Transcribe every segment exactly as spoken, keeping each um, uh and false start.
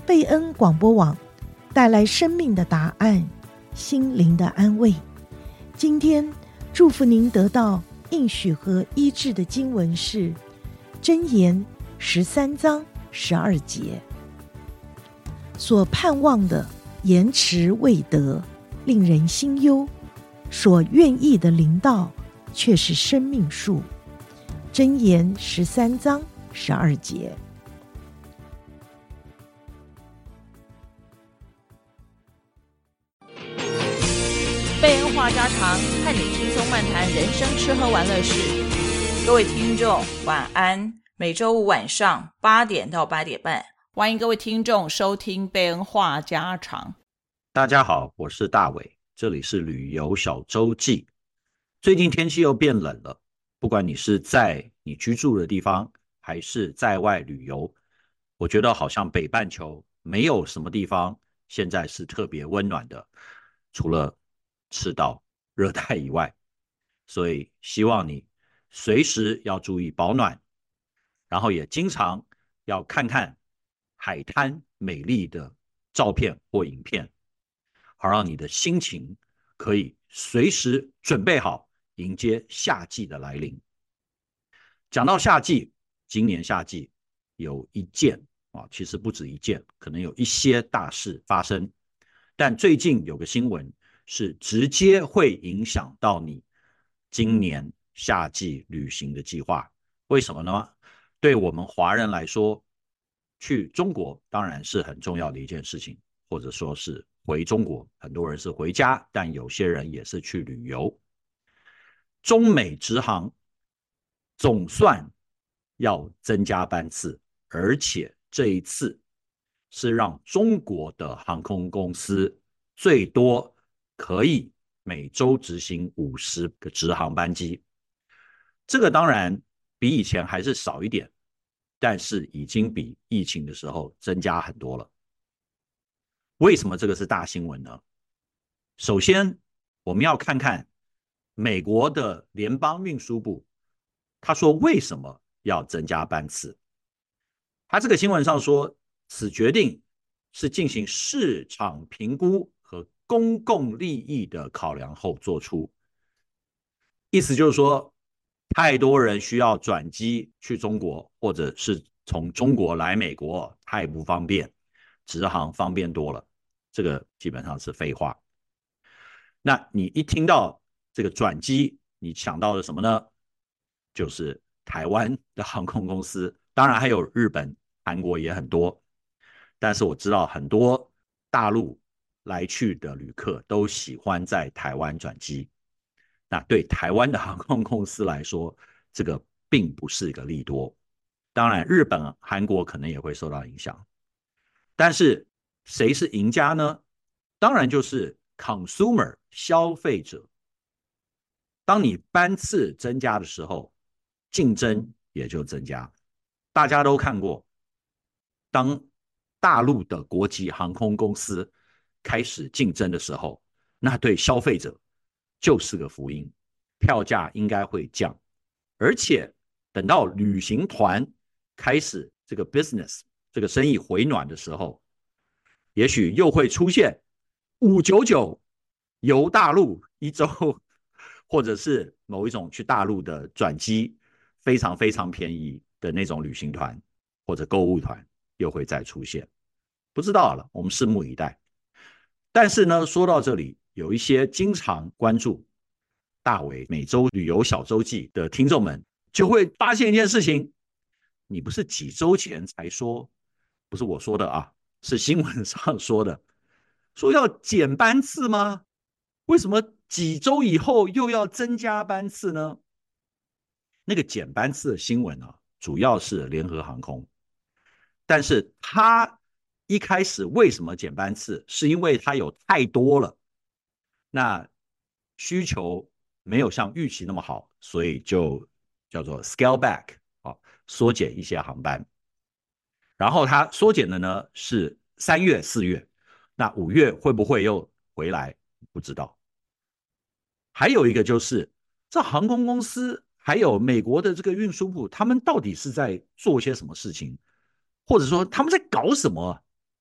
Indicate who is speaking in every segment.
Speaker 1: 贝恩广播网带来生命的答案，心灵的安慰。今天祝福您得到应许和医治的经文是箴言十三章十二节。所盼望的延迟未得，令人心忧；所愿意的临到，却是生命树。箴言十三章十二节。
Speaker 2: 贝恩话家常，和你轻松漫谈人生吃喝玩乐事。各位听众晚安，每周五晚上八点到八点半，欢迎各位听众收听贝恩话家常。
Speaker 3: 大家好，我是大伟，这里是旅游小周记。最近天气又变冷了，不管你是在你居住的地方还是在外旅游，我觉得好像北半球没有什么地方现在是特别温暖的，除了赤道热带以外，所以希望你随时要注意保暖，然后也经常要看看海滩美丽的照片或影片，好让你的心情可以随时准备好迎接夏季的来临。讲到夏季，今年夏季有一件啊，其实不止一件，可能有一些大事发生，但最近有个新闻是直接会影响到你今年夏季旅行的计划。为什么呢？对我们华人来说，去中国当然是很重要的一件事情，或者说是回中国，很多人是回家，但有些人也是去旅游。中美直航总算要增加班次，而且这一次是让中国的航空公司最多可以每周执行五十个直航班机。这个当然比以前还是少一点，但是已经比疫情的时候增加很多了。为什么这个是大新闻呢？首先我们要看看美国的联邦运输部，他说为什么要增加班次。他这个新闻上说，此决定是进行市场评估和公共利益的考量后做出。意思就是说，太多人需要转机去中国，或者是从中国来美国，太不方便，直航方便多了，这个基本上是废话。那你一听到这个转机，你想到的什么呢？就是台湾的航空公司，当然还有日本、韩国也很多，但是我知道很多大陆来去的旅客都喜欢在台湾转机。那对台湾的航空公司来说，这个并不是一个利多。当然，日本、韩国可能也会受到影响。但是谁是赢家呢？当然就是 consumer 消费者。当你班次增加的时候，竞争也就增加。大家都看过，当大陆的国际航空公司开始竞争的时候，那对消费者就是个福音，票价应该会降。而且等到旅行团开始这个 business 这个生意回暖的时候，也许又会出现五百九十九游大陆一周，或者是某一种去大陆的转机非常非常便宜的那种旅行团或者购物团又会再出现。不知道了，我们拭目以待。但是呢，说到这里，有一些经常关注大伟每周旅游小周记的听众们就会发现一件事情，你不是几周前才说，不是我说的啊，是新闻上说的，说要减班次吗？为什么几周以后又要增加班次呢？那个减班次的新闻啊，主要是联合航空，但是他一开始为什么减班次，是因为他有太多了，那需求没有像预期那么好，所以就叫做 scale back 啊，缩减一些航班。然后它缩减的呢是三月、四月，那五月会不会又回来？不知道。还有一个就是，这航空公司还有美国的这个运输部，他们到底是在做些什么事情，或者说他们在搞什么？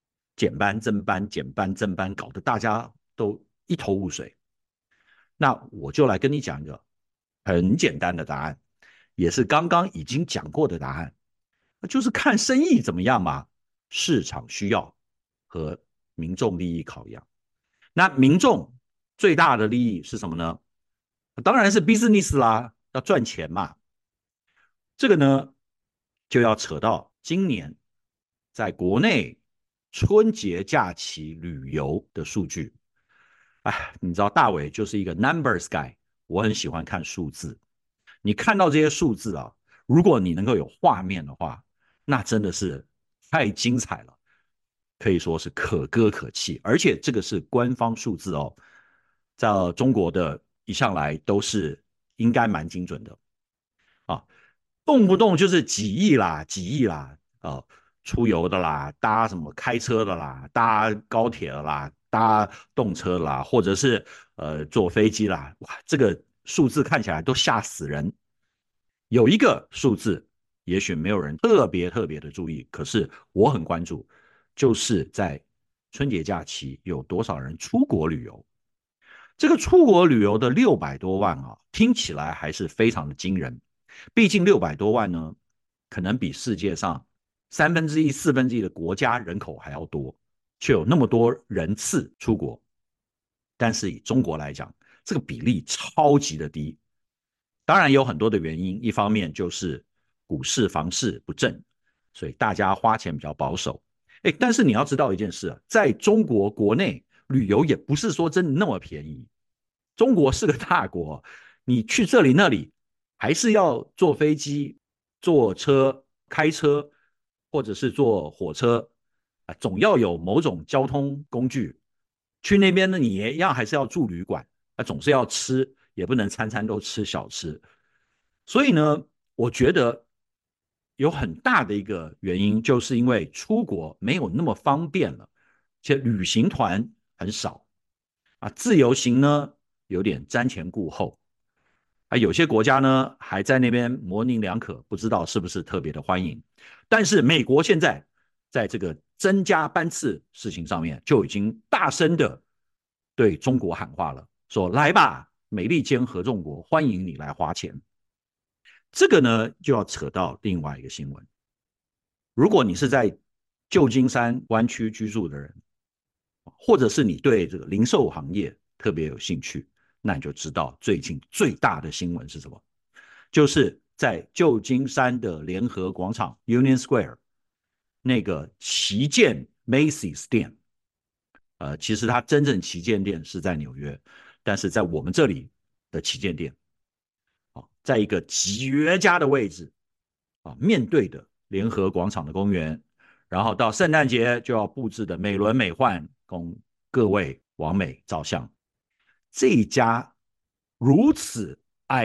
Speaker 3: 减班增班减班增班，搞得大家都一头雾水。那我就来跟你讲一个很简单的答案，也是刚刚已经讲过的答案，就是看生意怎么样嘛，市场需要和民众利益考量。那民众最大的利益是什么呢？当然是 business 啦，要赚钱嘛。这个呢，就要扯到今年在国内春节假期旅游的数据。哎，你知道大伟就是一个 numbers guy， 我很喜欢看数字。你看到这些数字啊，如果你能够有画面的话，那真的是太精彩了，可以说是可歌可泣。而且这个是官方数字哦，在中国的一向来都是应该蛮精准的啊，动不动就是几亿啦，几亿啦，啊，出游的啦，搭什么开车的啦，搭高铁的啦，搭动车的啦，或者是呃坐飞机啦，哇，这个数字看起来都吓死人。有一个数字，也许没有人特别特别的注意，可是我很关注，就是在春节假期有多少人出国旅游。这个出国旅游的六百多万啊，听起来还是非常的惊人。毕竟六百多万呢，可能比世界上三分之一、四分之一的国家人口还要多，却有那么多人次出国。但是以中国来讲，这个比例超级的低。当然有很多的原因，一方面就是股市房市不振，所以大家花钱比较保守。哎，但是你要知道一件事啊，在中国国内旅游也不是说真的那么便宜。中国是个大国，你去这里那里还是要坐飞机、坐车、开车，或者是坐火车啊，总要有某种交通工具。去那边呢，你也一样还是要住旅馆，啊，总是要吃，也不能餐餐都吃小吃。所以呢，我觉得有很大的一个原因，就是因为出国没有那么方便了，且旅行团很少啊，自由行呢有点瞻前顾后啊，有些国家呢还在那边模棱两可，不知道是不是特别的欢迎。但是美国现在在这个增加班次事情上面，就已经大声的对中国喊话了，说来吧，美利坚合众国，欢迎你来花钱。这个呢，就要扯到另外一个新闻。如果你是在旧金山湾区居住的人，或者是你对这个零售行业特别有兴趣，那你就知道最近最大的新闻是什么，就是在旧金山的联合广场 Union Square 那个旗舰 Macy's 店，呃，其实它真正旗舰店是在纽约，但是在我们这里的旗舰店在一个绝佳的位置啊，面对的联合广场的公园，然后到圣诞节就要布置的美轮美奂，供各位网美照相。这一家如此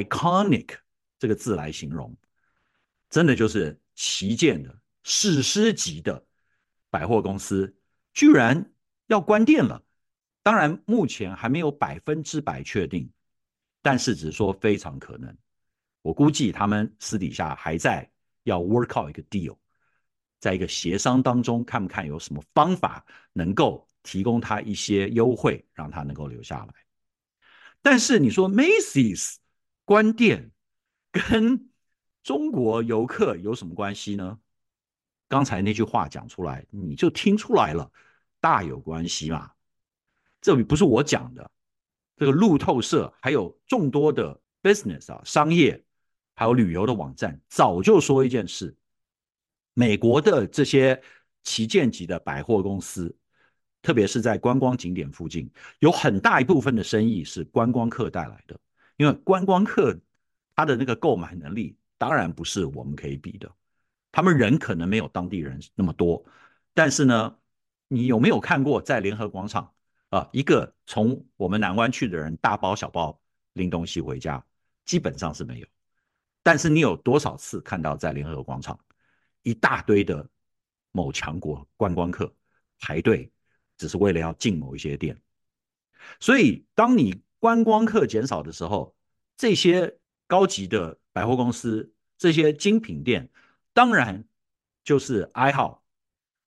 Speaker 3: iconic 这个字来形容，真的就是旗舰的史诗级的百货公司，居然要关店了。当然，目前还没有百分之百确定，但是只说非常可能。我估计他们私底下还在要 work out 一个 deal， 在一个协商当中，看不看有什么方法能够提供他一些优惠，让他能够留下来。但是你说 Macy's 关店跟中国游客有什么关系呢？刚才那句话讲出来，你就听出来了，大有关系嘛。这不是我讲的，这个路透社还有众多的 business 啊，商业还有旅游的网站早就说一件事，美国的这些旗舰级的百货公司，特别是在观光景点附近，有很大一部分的生意是观光客带来的，因为观光客他的那个购买能力当然不是我们可以比的，他们人可能没有当地人那么多，但是呢，你有没有看过在联合广场啊，一个从我们南湾去的人大包小包拎东西回家，基本上是没有。但是你有多少次看到在联合广场一大堆的某强国观光客排队，只是为了要进某一些店？所以当你观光客减少的时候，这些高级的百货公司，这些精品店，当然就是哀号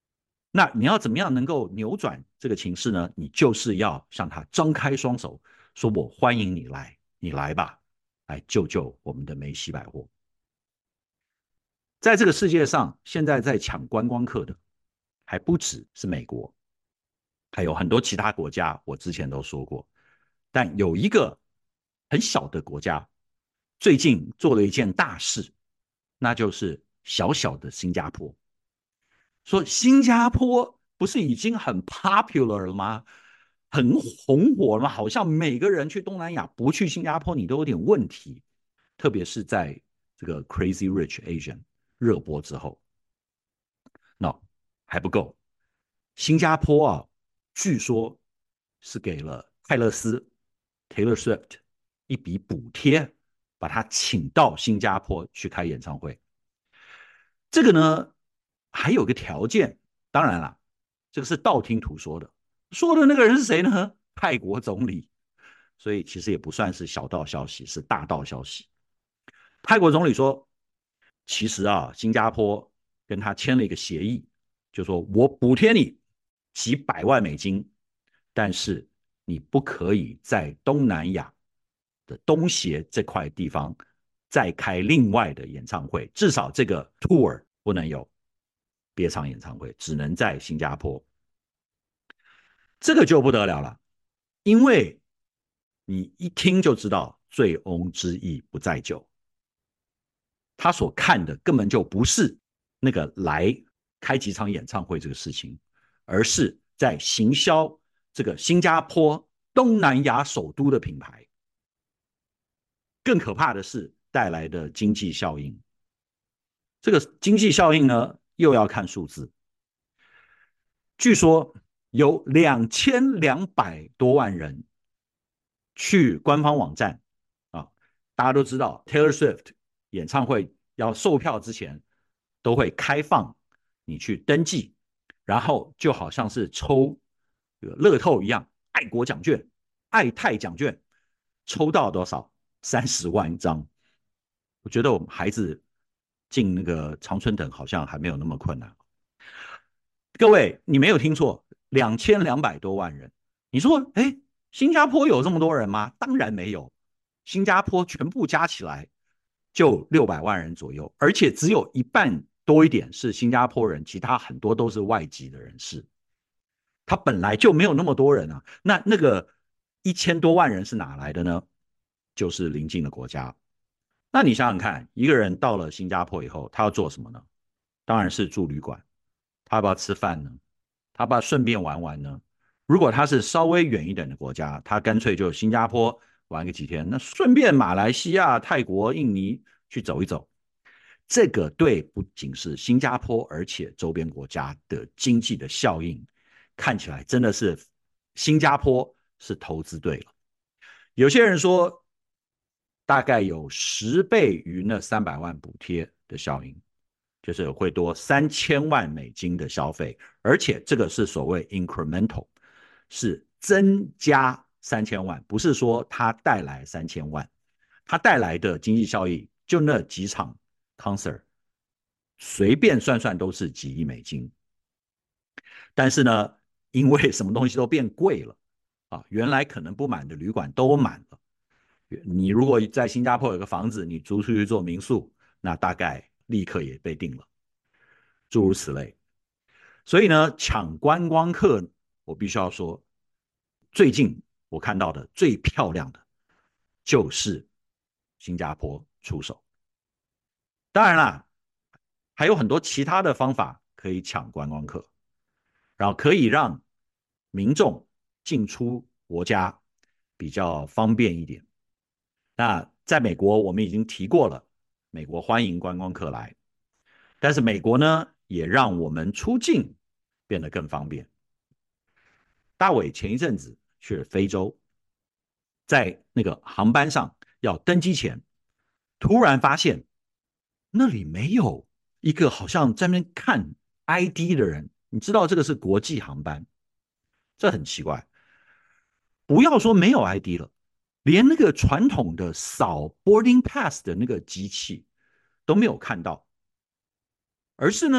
Speaker 3: 那你要怎么样能够扭转这个情势呢？你就是要向他张开双手，说我欢迎你来，你来吧，来救救我们的梅西百货。在这个世界上，现在在抢观光客的还不只是美国，还有很多其他国家，我之前都说过。但有一个很小的国家，最近做了一件大事，那就是小小的新加坡。说新加坡不是已经很 popular 了吗？很红火了吗？好像每个人去东南亚不去新加坡你都有点问题，特别是在这个 Crazy Rich Asian 热播之后。No， 还不够。新加坡啊，据说是给了泰勒斯 Taylor Swift 一笔补贴，把他请到新加坡去开演唱会。这个呢，还有个条件，当然了，这个是道听途说的，说的那个人是谁呢？泰国总理。所以其实也不算是小道消息，是大道消息。泰国总理说，其实啊，新加坡跟他签了一个协议，就说我补贴你几百万美金，但是你不可以在东南亚的东协这块地方再开另外的演唱会，至少这个 tour 不能有别场演唱会，只能在新加坡。这个就不得了了，因为你一听就知道醉翁之意不在酒，他所看的根本就不是那个来开几场演唱会这个事情，而是在行销这个新加坡东南亚首都的品牌。更可怕的是带来的经济效应。这个经济效应呢，又要看数字。据说有两千两百多万人去官方网站啊，大家都知道 Taylor Swift 演唱会要售票之前都会开放你去登记，然后就好像是抽乐透一样，爱国奖券、爱泰奖券，抽到多少？三十万张。我觉得我们孩子进那个常春藤好像还没有那么困难。各位，你没有听错，两千两百多万人。你说，哎，新加坡有这么多人吗？当然没有，新加坡全部加起来就六百万人左右，而且只有一半多一点是新加坡人，其他很多都是外籍的人士。他本来就没有那么多人啊，那那个一千多万人是哪来的呢？就是邻近的国家。那你想想看，一个人到了新加坡以后，他要做什么呢？当然是住旅馆。他要不要吃饭呢？他要不要顺便玩玩呢？如果他是稍微远一点的国家，他干脆就新加坡玩个几天，那顺便马来西亚、泰国、印尼去走一走。这个对不仅是新加坡，而且周边国家的经济的效应，看起来真的是新加坡是投资对了。有些人说，大概有十倍于那三百万补贴的效应。就是会多三千万美金的消费，而且这个是所谓 incremental， 是增加三千万，不是说它带来三千万，它带来的经济效益就那几场 concert， 随便算算都是几亿美金。但是呢，因为什么东西都变贵了啊，原来可能不满的旅馆都满了。你如果在新加坡有个房子，你租出去做民宿，那大概立刻也被定了，诸如此类。所以呢，抢观光客，我必须要说，最近我看到的最漂亮的就是新加坡出手。当然啦，还有很多其他的方法可以抢观光客，然后可以让民众进出国家比较方便一点。那在美国，我们已经提过了，美国欢迎观光客来，但是美国呢，也让我们出境变得更方便。大伟前一阵子去了非洲，在那个航班上要登机前，突然发现那里没有一个好像在那边看 I D 的人。你知道这个是国际航班，这很奇怪。不要说没有 I D 了，连那个传统的扫 boarding pass 的那个机器都没有看到，而是呢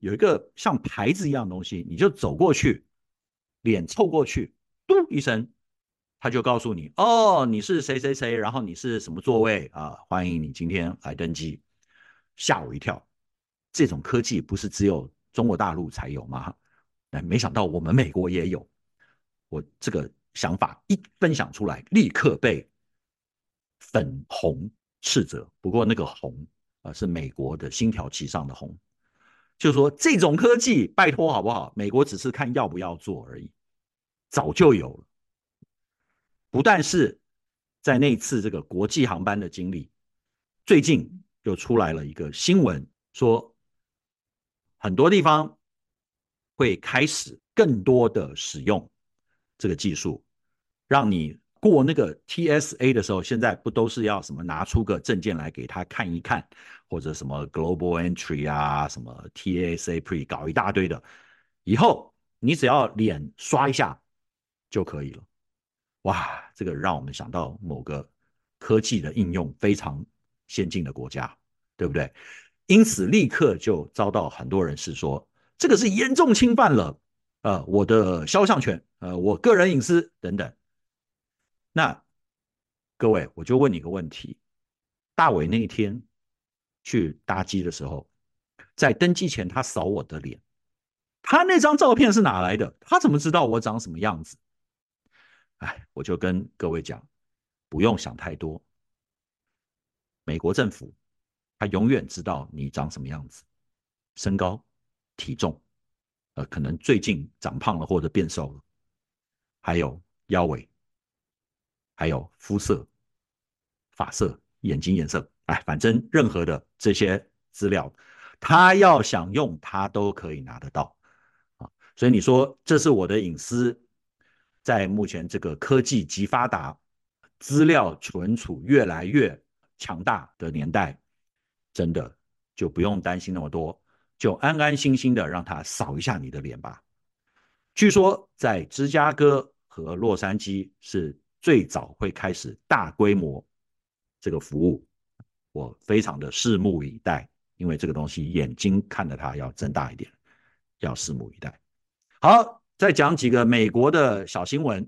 Speaker 3: 有一个像牌子一样的东西，你就走过去，脸凑过去，嘟一声，他就告诉你，哦，你是谁谁谁，然后你是什么座位啊？欢迎你今天来登机。吓我一跳，这种科技不是只有中国大陆才有吗？没想到我们美国也有。我这个想法一分享出来，立刻被粉红斥责。不过那个红啊，是美国的星条旗上的红，就是说这种科技，拜托好不好？美国只是看要不要做而已，早就有了。不但是在那次这个国际航班的经历，最近又出来了一个新闻，说很多地方会开始更多的使用这个技术，让你过那个 T S A 的时候，现在不都是要什么拿出个证件来给他看一看，或者什么 Global Entry 啊，什么 T S A Pre 搞一大堆的，以后你只要脸刷一下就可以了。哇，这个让我们想到某个科技的应用非常先进的国家，对不对？因此立刻就遭到很多人是说，这个是严重侵犯了呃我的肖像权，呃我个人隐私等等。那各位，我就问你个问题：大伟那一天去搭机的时候，在登机前他扫我的脸，他那张照片是哪来的？他怎么知道我长什么样子？哎，我就跟各位讲，不用想太多。美国政府他永远知道你长什么样子，身高、体重，呃，可能最近长胖了或者变瘦了，还有腰围，还有肤色、发色、眼睛颜色，哎，反正任何的这些资料，他要想用，他都可以拿得到啊。所以你说这是我的隐私，在目前这个科技极发达、资料存储越来越强大的年代，真的就不用担心那么多，就安安心心的让他扫一下你的脸吧。据说在芝加哥和洛杉矶是最早会开始大规模这个服务，我非常的拭目以待，因为这个东西眼睛看着它要睁大一点，要拭目以待。好，再讲几个美国的小新闻。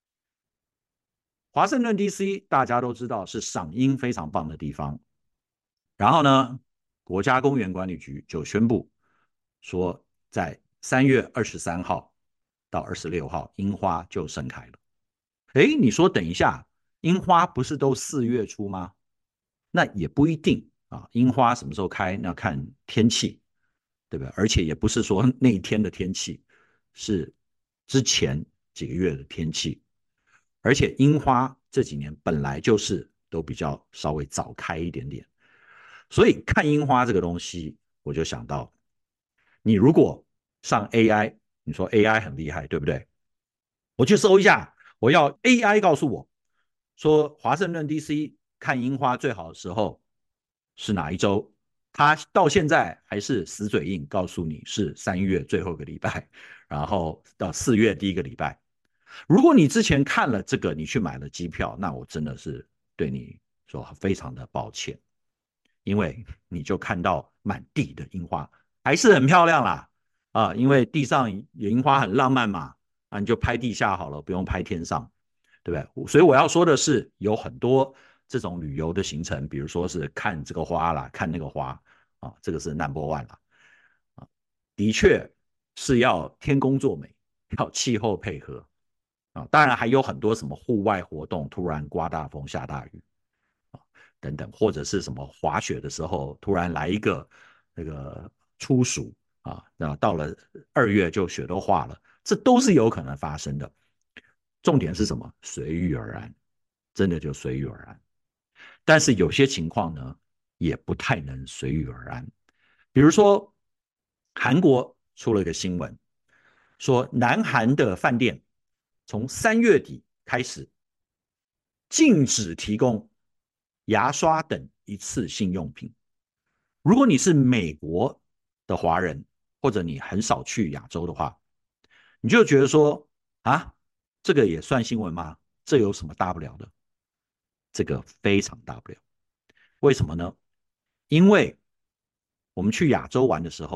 Speaker 3: 华盛顿 D C 大家都知道是赏樱非常棒的地方，然后呢，国家公园管理局就宣布说，在三月二十三号到二十六号，樱花就盛开了。哎，你说等一下，樱花不是都四月初吗？那也不一定啊，樱花什么时候开，那看天气，对不对？而且也不是说那一天的天气，是之前几个月的天气。而且樱花这几年本来就是都比较稍微早开一点点，所以看樱花这个东西，我就想到，你如果上 A I， 你说 A I 很厉害，对不对？我去搜一下，我要 A I 告诉我说华盛顿 D C 看樱花最好的时候是哪一周？他到现在还是死嘴硬，告诉你是三月最后一个礼拜，然后到四月第一个礼拜。如果你之前看了这个，你去买了机票，那我真的是对你说非常的抱歉，因为你就看到满地的樱花，还是很漂亮啦啊，因为地上樱花很浪漫嘛，啊，你就拍地下好了，不用拍天上，对不对？所以我要说的是，有很多这种旅游的行程，比如说是看这个花啦，看那个花啊，这个是 number one 啦，啊，的确是要天公作美，要气候配合。啊，当然还有很多什么户外活动，突然刮大风下大雨啊，等等，或者是什么滑雪的时候突然来一个那个初暑啊，那到了二月就雪都化了，这都是有可能发生的。重点是什么？随遇而安，真的就随遇而安。但是有些情况呢，也不太能随遇而安。比如说，韩国出了一个新闻，说南韩的饭店从三月底开始禁止提供牙刷等一次性用品。如果你是美国的华人，或者你很少去亚洲的话，你就觉得说啊，这个也算新闻吗？这有什么大不了的？这个非常大不了。为什么呢？因为我们去亚洲玩的时候，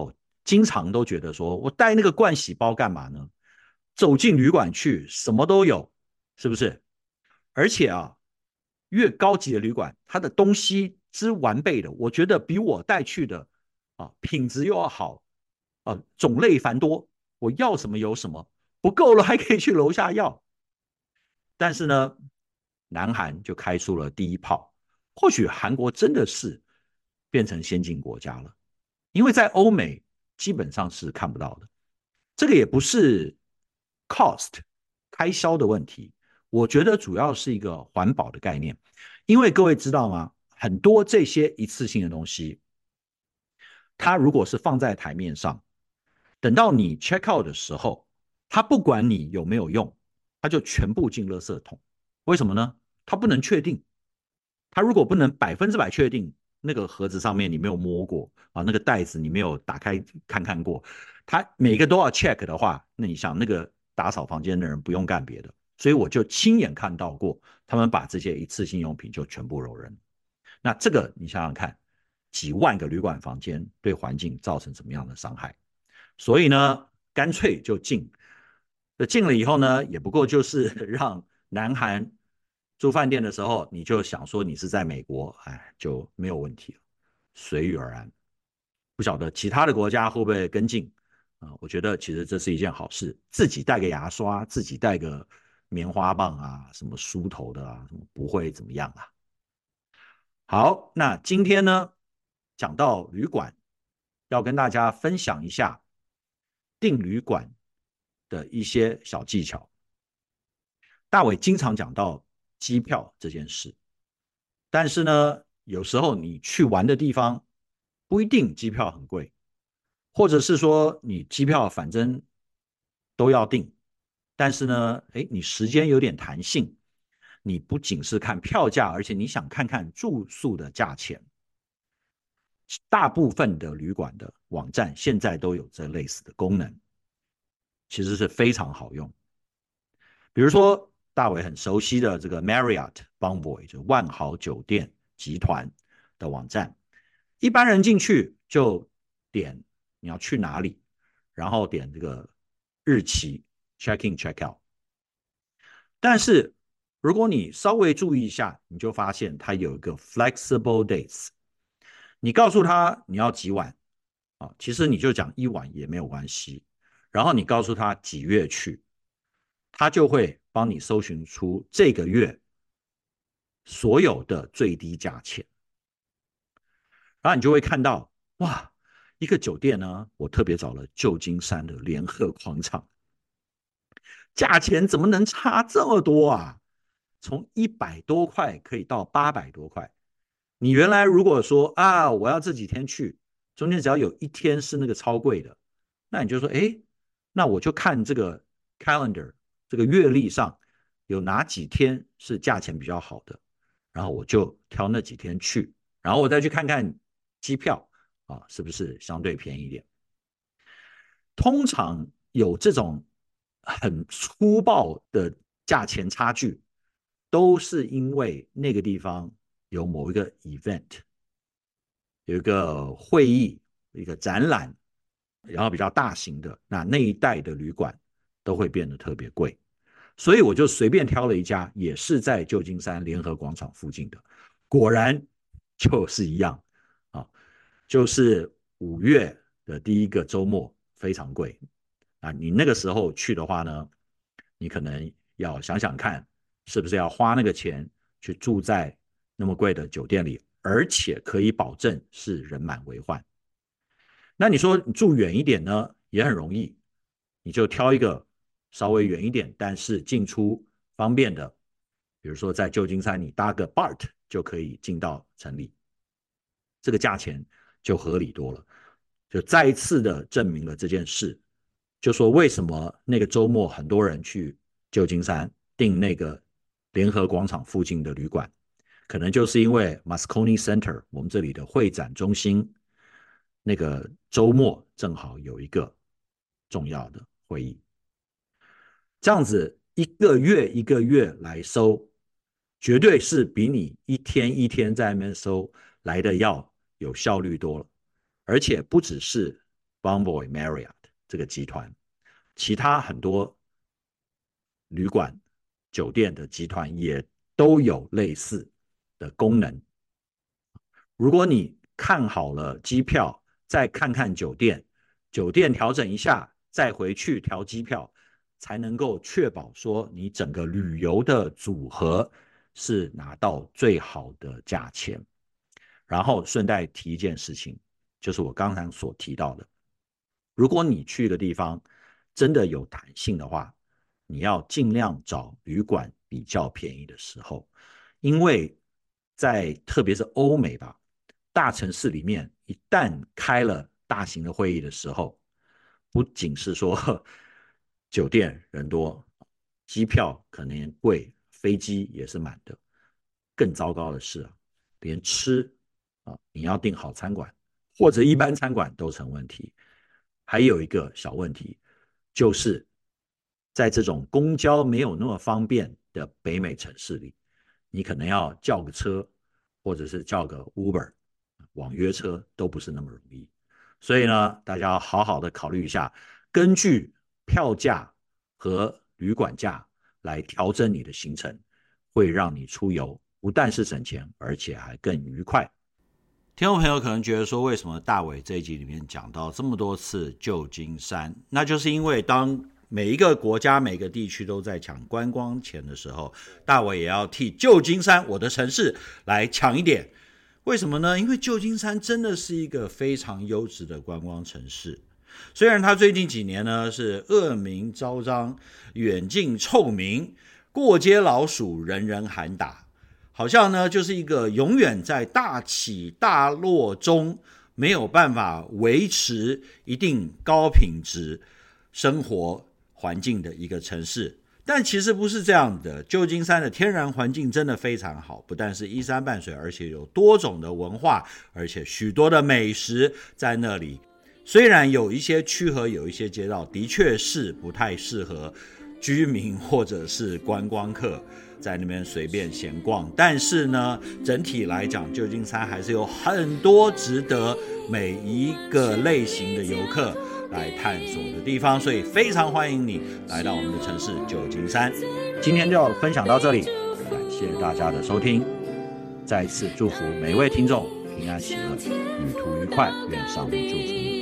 Speaker 3: 经常都觉得说，我带那个盥洗包干嘛呢？走进旅馆去，什么都有，是不是？而且啊，越高级的旅馆，它的东西之完备的，我觉得比我带去的啊品质又要好，啊种类繁多，我要什么有什么，不够了还可以去楼下要。但是呢，南韩就开出了第一炮，或许韩国真的是变成先进国家了，因为在欧美基本上是看不到的。这个也不是 cost 开销的问题，我觉得主要是一个环保的概念。因为各位知道吗？很多这些一次性的东西，它如果是放在台面上，等到你 check out 的时候，它不管你有没有用，它就全部进垃圾桶。为什么呢？它不能确定。它如果不能百分之百确定那个盒子上面你没有摸过啊，那个袋子你没有打开看看过，它每个都要 check 的话，那你想那个打扫房间的人不用干别的，所以我就亲眼看到过他们把这些一次性用品就全部揉扔。那这个你想想看，几万个旅馆房间对环境造成什么样的伤害？所以呢，干脆就禁。这禁了以后呢，也不过就是让南韩住饭店的时候，你就想说你是在美国，哎，就没有问题了，随遇而安。不晓得其他的国家会不会跟进啊、呃？我觉得其实这是一件好事，自己带个牙刷，自己带个棉花棒啊，什么梳头的啊，什么不会怎么样啊。好，那今天呢，讲到旅馆，要跟大家分享一下订旅馆的一些小技巧。大伟经常讲到机票这件事，但是呢，有时候你去玩的地方不一定机票很贵，或者是说你机票反正都要订，但是呢，哎，你时间有点弹性，你不仅是看票价，而且你想看看住宿的价钱。大部分的旅馆的网站现在都有这类似的功能，其实是非常好用。比如说大伟很熟悉的这个 Marriott Bonvoy， 就万豪酒店集团的网站，一般人进去就点你要去哪里，然后点这个日期 check in check out。但是如果你稍微注意一下，你就发现它有一个 flexible dates。你告诉他你要几晚啊，其实你就讲一晚也没有关系。然后你告诉他几月去，他就会帮你搜寻出这个月所有的最低价钱。然后你就会看到，哇，一个酒店呢，我特别找了旧金山的联合广场，价钱怎么能差这么多啊？从一百多块可以到八百多块。你原来如果说啊，我要这几天去，中间只要有一天是那个超贵的，那你就说，哎，那我就看这个 calendar 这个月历上有哪几天是价钱比较好的，然后我就挑那几天去，然后我再去看看机票啊，是不是相对便宜一点。通常有这种很粗暴的价钱差距，都是因为那个地方有某一个 event， 有一个会议，一个展览，然后比较大型的，那那一带的旅馆都会变得特别贵。所以我就随便挑了一家，也是在旧金山联合广场附近的，果然就是一样啊，就是五月的第一个周末非常贵啊。你那个时候去的话呢，你可能要想想看，是不是要花那个钱去住在那么贵的酒店里，而且可以保证是人满为患。那你说你住远一点呢，也很容易，你就挑一个稍微远一点，但是进出方便的，比如说在旧金山，你搭个 B A R T 就可以进到城里，这个价钱就合理多了，就再一次的证明了这件事，就说为什么那个周末很多人去旧金山订那个联合广场附近的旅馆，可能就是因为 Moscone Center 我们这里的会展中心那个周末正好有一个重要的会议，这样子一个月一个月来收，绝对是比你一天一天在那边收来的要有效率多了。而且不只是 Bonvoy Marriott 这个集团，其他很多旅馆酒店的集团也都有类似的功能。如果你看好了机票，再看看酒店，酒店调整一下，再回去调机票，才能够确保说你整个旅游的组合是拿到最好的价钱。然后顺带提一件事情，就是我刚才所提到的，如果你去一个地方真的有弹性的话，你要尽量找旅馆比较便宜的时候，因为在特别是欧美吧，大城市里面一旦开了大型的会议的时候，不仅是说酒店人多，机票可能贵，飞机也是满的，更糟糕的是啊，连吃啊，你要订好餐馆或者一般餐馆都成问题。还有一个小问题，就是在这种公交没有那么方便的北美城市里，你可能要叫个车，或者是叫个 Uber， 网约车都不是那么容易。所以呢，大家要好好的考虑一下，根据票价和旅馆价来调整你的行程，会让你出游不但是省钱，而且还更愉快。听众朋友可能觉得说，为什么大伟这一集里面讲到这么多次旧金山？那就是因为当每一个国家每个地区都在抢观光钱的时候，大伟也要替旧金山我的城市来抢一点。为什么呢？因为旧金山真的是一个非常优质的观光城市，虽然它最近几年呢是恶名昭彰，远近臭名，过街老鼠人人喊打，好像呢就是一个永远在大起大落中没有办法维持一定高品质生活环境的一个城市。但其实不是这样的，旧金山的天然环境真的非常好，不但是依山傍水，而且有多种的文化，而且许多的美食在那里。虽然有一些区和有一些街道的确是不太适合居民或者是观光客在那边随便闲逛，但是呢，整体来讲，旧金山还是有很多值得每一个类型的游客来探索的地方，所以非常欢迎你来到我们的城市旧金山。今天就分享到这里，感谢大家的收听，再一次祝福每一位听众平安喜乐，旅途愉快，愿上帝祝福你。